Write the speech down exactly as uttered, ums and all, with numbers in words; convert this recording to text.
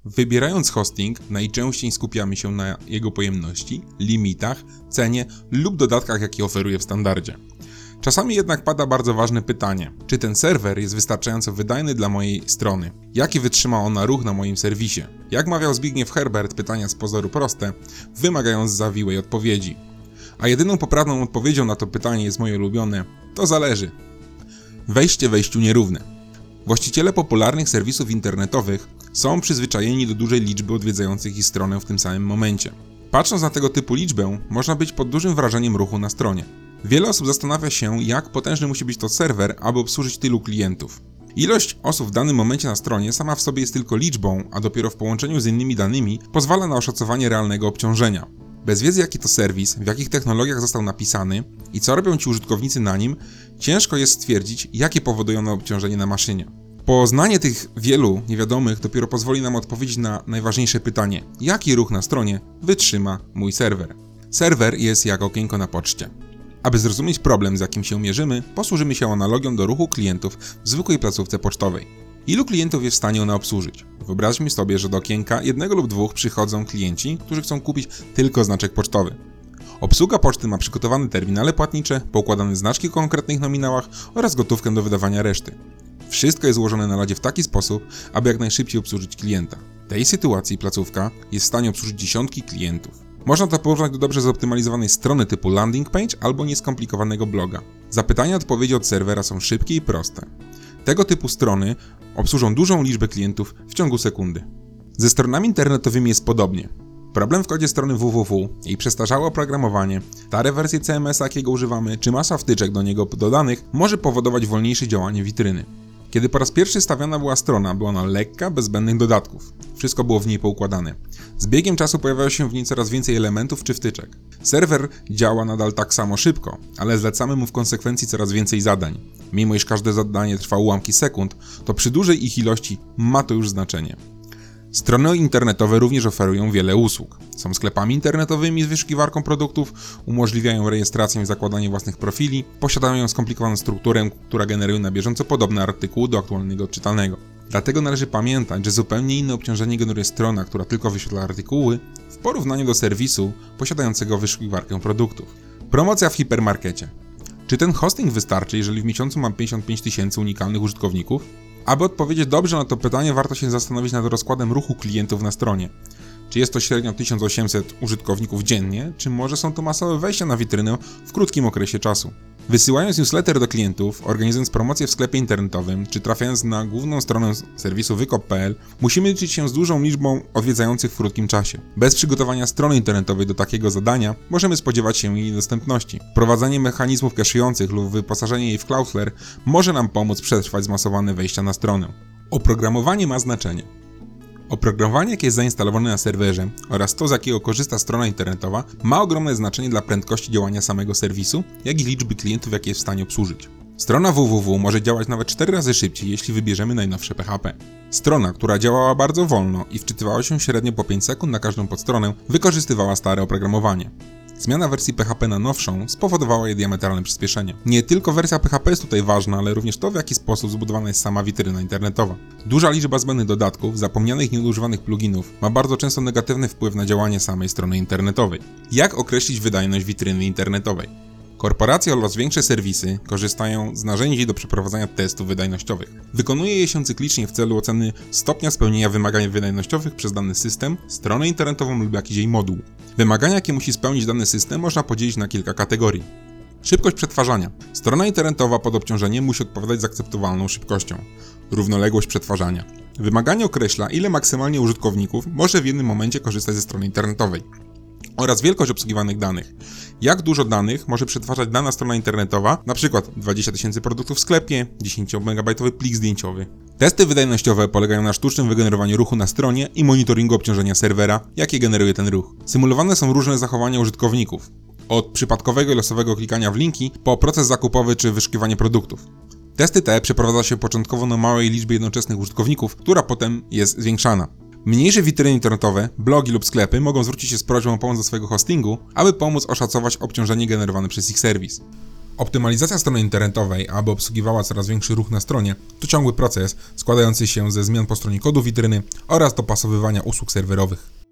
Wybierając hosting, najczęściej skupiamy się na jego pojemności, limitach, cenie lub dodatkach, jakie oferuje w standardzie. Czasami jednak pada bardzo ważne pytanie, czy ten serwer jest wystarczająco wydajny dla mojej strony? Jaki wytrzyma ona ruch na moim serwisie? Jak mawiał Zbigniew Herbert, pytania z pozoru proste, wymagając zawiłej odpowiedzi. A jedyną poprawną odpowiedzią na to pytanie jest moje ulubione, to zależy. Wejście wejściu nierówne. Właściciele popularnych serwisów internetowych są przyzwyczajeni do dużej liczby odwiedzających ich stronę w tym samym momencie. Patrząc na tego typu liczbę, można być pod dużym wrażeniem ruchu na stronie. Wiele osób zastanawia się, jak potężny musi być to serwer, aby obsłużyć tylu klientów. Ilość osób w danym momencie na stronie sama w sobie jest tylko liczbą, a dopiero w połączeniu z innymi danymi pozwala na oszacowanie realnego obciążenia. Bez wiedzy, jaki to serwis, w jakich technologiach został napisany i co robią ci użytkownicy na nim, ciężko jest stwierdzić, jakie powodują one obciążenie na maszynie. Poznanie tych wielu niewiadomych dopiero pozwoli nam odpowiedzieć na najważniejsze pytanie: jaki ruch na stronie wytrzyma mój serwer? Serwer jest jak okienko na poczcie. Aby zrozumieć problem, z jakim się mierzymy, posłużymy się analogią do ruchu klientów w zwykłej placówce pocztowej. Ilu klientów jest w stanie ona obsłużyć? Wyobraźmy sobie, że do okienka jednego lub dwóch przychodzą klienci, którzy chcą kupić tylko znaczek pocztowy. Obsługa poczty ma przygotowane terminale płatnicze, poukładane znaczki o konkretnych nominałach oraz gotówkę do wydawania reszty. Wszystko jest ułożone na ladzie w taki sposób, aby jak najszybciej obsłużyć klienta. W tej sytuacji placówka jest w stanie obsłużyć dziesiątki klientów. Można to porównać do dobrze zoptymalizowanej strony typu landing page albo nieskomplikowanego bloga. Zapytania i odpowiedzi od serwera są szybkie i proste. Tego typu strony obsłużą dużą liczbę klientów w ciągu sekundy. Ze stronami internetowymi jest podobnie. Problem w kodzie strony www, jej przestarzałe oprogramowanie, stare wersje C M S-a, jakiego używamy, czy masa wtyczek do niego dodanych może powodować wolniejsze działanie witryny. Kiedy po raz pierwszy stawiana była strona, była ona lekka, bez zbędnych dodatków. Wszystko było w niej poukładane. Z biegiem czasu pojawiało się w niej coraz więcej elementów czy wtyczek. Serwer działa nadal tak samo szybko, ale zlecamy mu w konsekwencji coraz więcej zadań. Mimo iż każde zadanie trwa ułamki sekund, to przy dużej ich ilości ma to już znaczenie. Strony internetowe również oferują wiele usług. Są sklepami internetowymi z wyszukiwarką produktów, umożliwiają rejestrację i zakładanie własnych profili, posiadają skomplikowaną strukturę, która generuje na bieżąco podobne artykuły do aktualnego czytanego. Dlatego należy pamiętać, że zupełnie inne obciążenie generuje strona, która tylko wyświetla artykuły, w porównaniu do serwisu posiadającego wyszukiwarkę produktów. Promocja w hipermarkecie. Czy ten hosting wystarczy, jeżeli w miesiącu mam pięćdziesiąt pięć tysięcy unikalnych użytkowników? Aby odpowiedzieć dobrze na to pytanie, warto się zastanowić nad rozkładem ruchu klientów na stronie. Czy jest to średnio tysiąc osiemset użytkowników dziennie, czy może są to masowe wejścia na witrynę w krótkim okresie czasu? Wysyłając newsletter do klientów, organizując promocję w sklepie internetowym, czy trafiając na główną stronę serwisu wykop kropka p l, musimy liczyć się z dużą liczbą odwiedzających w krótkim czasie. Bez przygotowania strony internetowej do takiego zadania możemy spodziewać się jej niedostępności. Wprowadzenie mechanizmów cache'ujących lub wyposażenie jej w Cloudflare może nam pomóc przetrwać zmasowane wejścia na stronę. Oprogramowanie ma znaczenie. Oprogramowanie, jakie jest zainstalowane na serwerze oraz to, z jakiego korzysta strona internetowa, ma ogromne znaczenie dla prędkości działania samego serwisu, jak i liczby klientów, jakie jest w stanie obsłużyć. Strona www może działać nawet cztery razy szybciej, jeśli wybierzemy najnowsze P H P. Strona, która działała bardzo wolno i wczytywała się średnio po pięć sekund na każdą podstronę, wykorzystywała stare oprogramowanie. Zmiana wersji P H P na nowszą spowodowała jej diametralne przyspieszenie. Nie tylko wersja P H P jest tutaj ważna, ale również to, w jaki sposób zbudowana jest sama witryna internetowa. Duża liczba zbędnych dodatków, zapomnianych i nieużywanych pluginów ma bardzo często negatywny wpływ na działanie samej strony internetowej. Jak określić wydajność witryny internetowej? Korporacje oraz większe serwisy korzystają z narzędzi do przeprowadzania testów wydajnościowych. Wykonuje je się cyklicznie w celu oceny stopnia spełnienia wymagań wydajnościowych przez dany system, stronę internetową lub jakiś jej moduł. Wymagania, jakie musi spełnić dany system, można podzielić na kilka kategorii. Szybkość przetwarzania. Strona internetowa pod obciążeniem musi odpowiadać z akceptowalną szybkością. Równoległość przetwarzania. Wymaganie określa, ile maksymalnie użytkowników może w jednym momencie korzystać ze strony internetowej. Oraz wielkość obsługiwanych danych. Jak dużo danych może przetwarzać dana strona internetowa, np. dwadzieścia tysięcy produktów w sklepie, dziesięć megabajtowy plik zdjęciowy. Testy wydajnościowe polegają na sztucznym wygenerowaniu ruchu na stronie i monitoringu obciążenia serwera, jakie generuje ten ruch. Symulowane są różne zachowania użytkowników. Od przypadkowego i losowego klikania w linki, po proces zakupowy czy wyszukiwanie produktów. Testy te przeprowadza się początkowo na małej liczbie jednoczesnych użytkowników, która potem jest zwiększana. Mniejsze witryny internetowe, blogi lub sklepy mogą zwrócić się z prośbą o pomoc do swojego hostingu, aby pomóc oszacować obciążenie generowane przez ich serwis. Optymalizacja strony internetowej, aby obsługiwała coraz większy ruch na stronie, to ciągły proces składający się ze zmian po stronie kodu witryny oraz dopasowywania usług serwerowych.